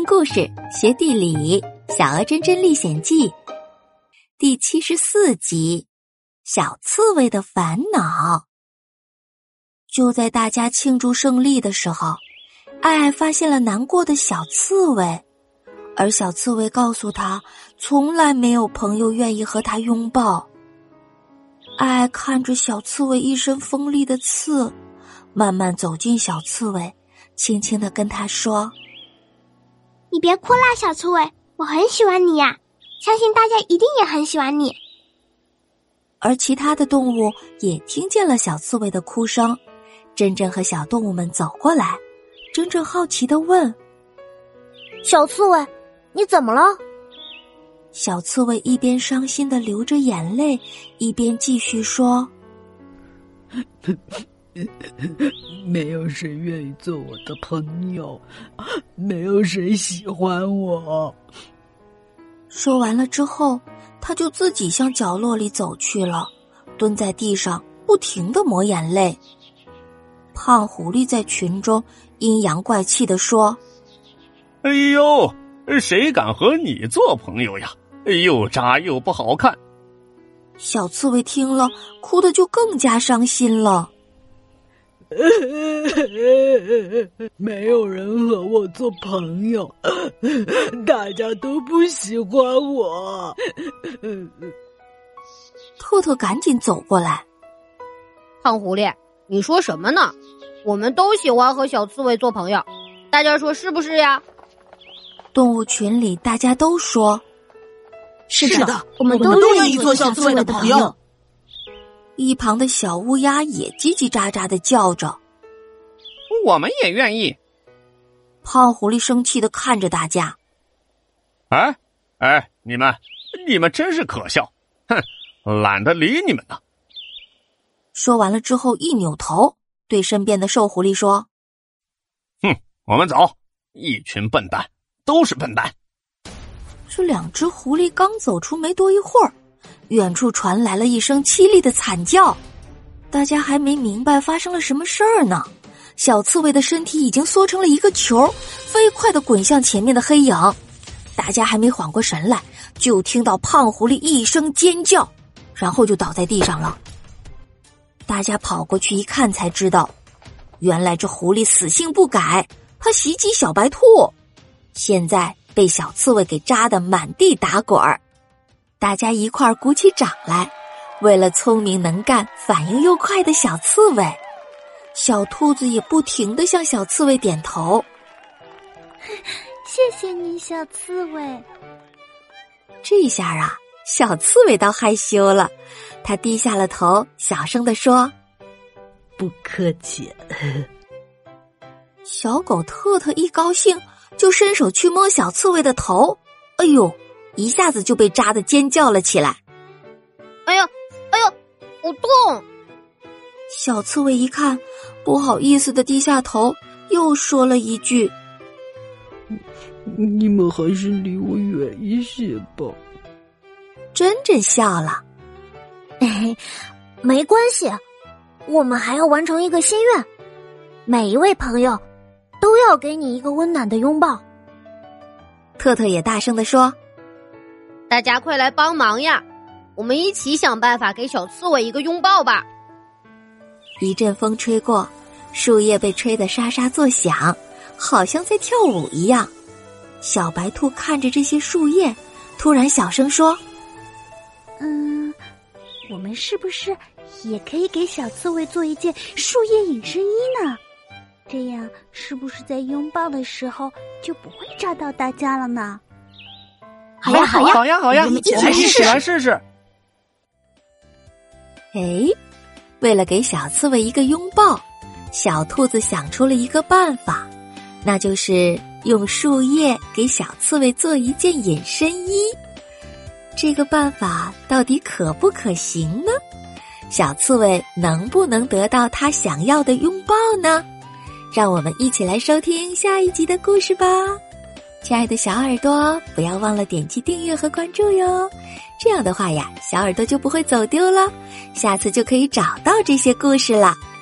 听故事学地理，小鹅真真历险记第74集，小刺猬的烦恼。就在大家庆祝胜利的时候，爱爱发现了难过的小刺猬，而小刺猬告诉他，从来没有朋友愿意和他拥抱。爱爱看着小刺猬一身锋利的刺，慢慢走近小刺猬，轻轻地跟他说： 你别哭啦，小刺猬，我很喜欢你呀，相信大家一定也很喜欢你。 而其他的动物也听见了小刺猬的哭声，真正和小动物们走过来，真正好奇地问： 小刺猬，你怎么了？ 小刺猬一边伤心地流着眼泪，一边继续说： 没有谁愿意做我的朋友，没有谁喜欢我。 说完了之后，他就自己向角落里走去了，蹲在地上不停地抹眼泪。胖狐狸在群中阴阳怪气地说： 哎呦，谁敢和你做朋友呀？又渣又不好看。 小刺猬听了，哭得就更加伤心了。 没有人和我做朋友，大家都不喜欢我。 特特赶紧走过来： 胖狐狸，你说什么呢？我们都喜欢和小刺猬做朋友，大家说是不是呀？ 动物群里大家都说： 是的， 我们都愿意做小刺猬的朋友。 一旁的小乌鸦也叽叽喳喳地叫着： 我们也愿意。 胖狐狸生气地看着大家： 哎，你们真是可笑，哼，懒得理你们呢。 说完了之后，一扭头对身边的瘦狐狸说： 我们走，一群笨蛋，都是笨蛋。 这两只狐狸刚走出没多一会儿，远处传来了一声凄厉的惨叫。大家还没明白发生了什么事儿呢，小刺猬的身体已经缩成了一个球，飞快地滚向前面的黑影。大家还没缓过神来，就听到胖狐狸一声尖叫，然后就倒在地上了。大家跑过去一看，才知道原来这狐狸死性不改，它袭击小白兔，现在被小刺猬给扎得满地打滚儿。大家一块儿鼓起掌来，为了聪明能干、反应又快的小刺猬。小兔子也不停地向小刺猬点头： 谢谢你，小刺猬。 这下啊，小刺猬倒害羞了，他低下了头，小声地说： 不客气。 小狗特特一高兴，就伸手去摸小刺猬的头，哎呦，一下子就被扎得尖叫了起来。 哎呦，好痛！ 小刺猬一看，不好意思地低下头，又说了一句： 你们还是离我远一些吧。 真真笑了： 没关系，我们还要完成一个心愿，每一位朋友都要给你一个温暖的拥抱。 特特也大声地说： 大家快来帮忙呀，我们一起想办法给小刺猬一个拥抱吧。 一阵风吹过，树叶被吹得沙沙作响，好像在跳舞一样。小白兔看着这些树叶，突然小声说： 我们是不是也可以给小刺猬做一件树叶隐身衣呢？这样是不是在拥抱的时候就不会扎到大家了呢？ 好呀， 我们一起来试试。 哎，为了给小刺猬一个拥抱，小兔子想出了一个办法，那就是用树叶给小刺猬做一件隐身衣。这个办法到底可不可行呢？小刺猬能不能得到它想要的拥抱呢？让我们一起来收听下一集的故事吧。亲爱的小耳朵，不要忘了点击订阅和关注哟，这样的话呀，小耳朵就不会走丢了，下次就可以找到这些故事了。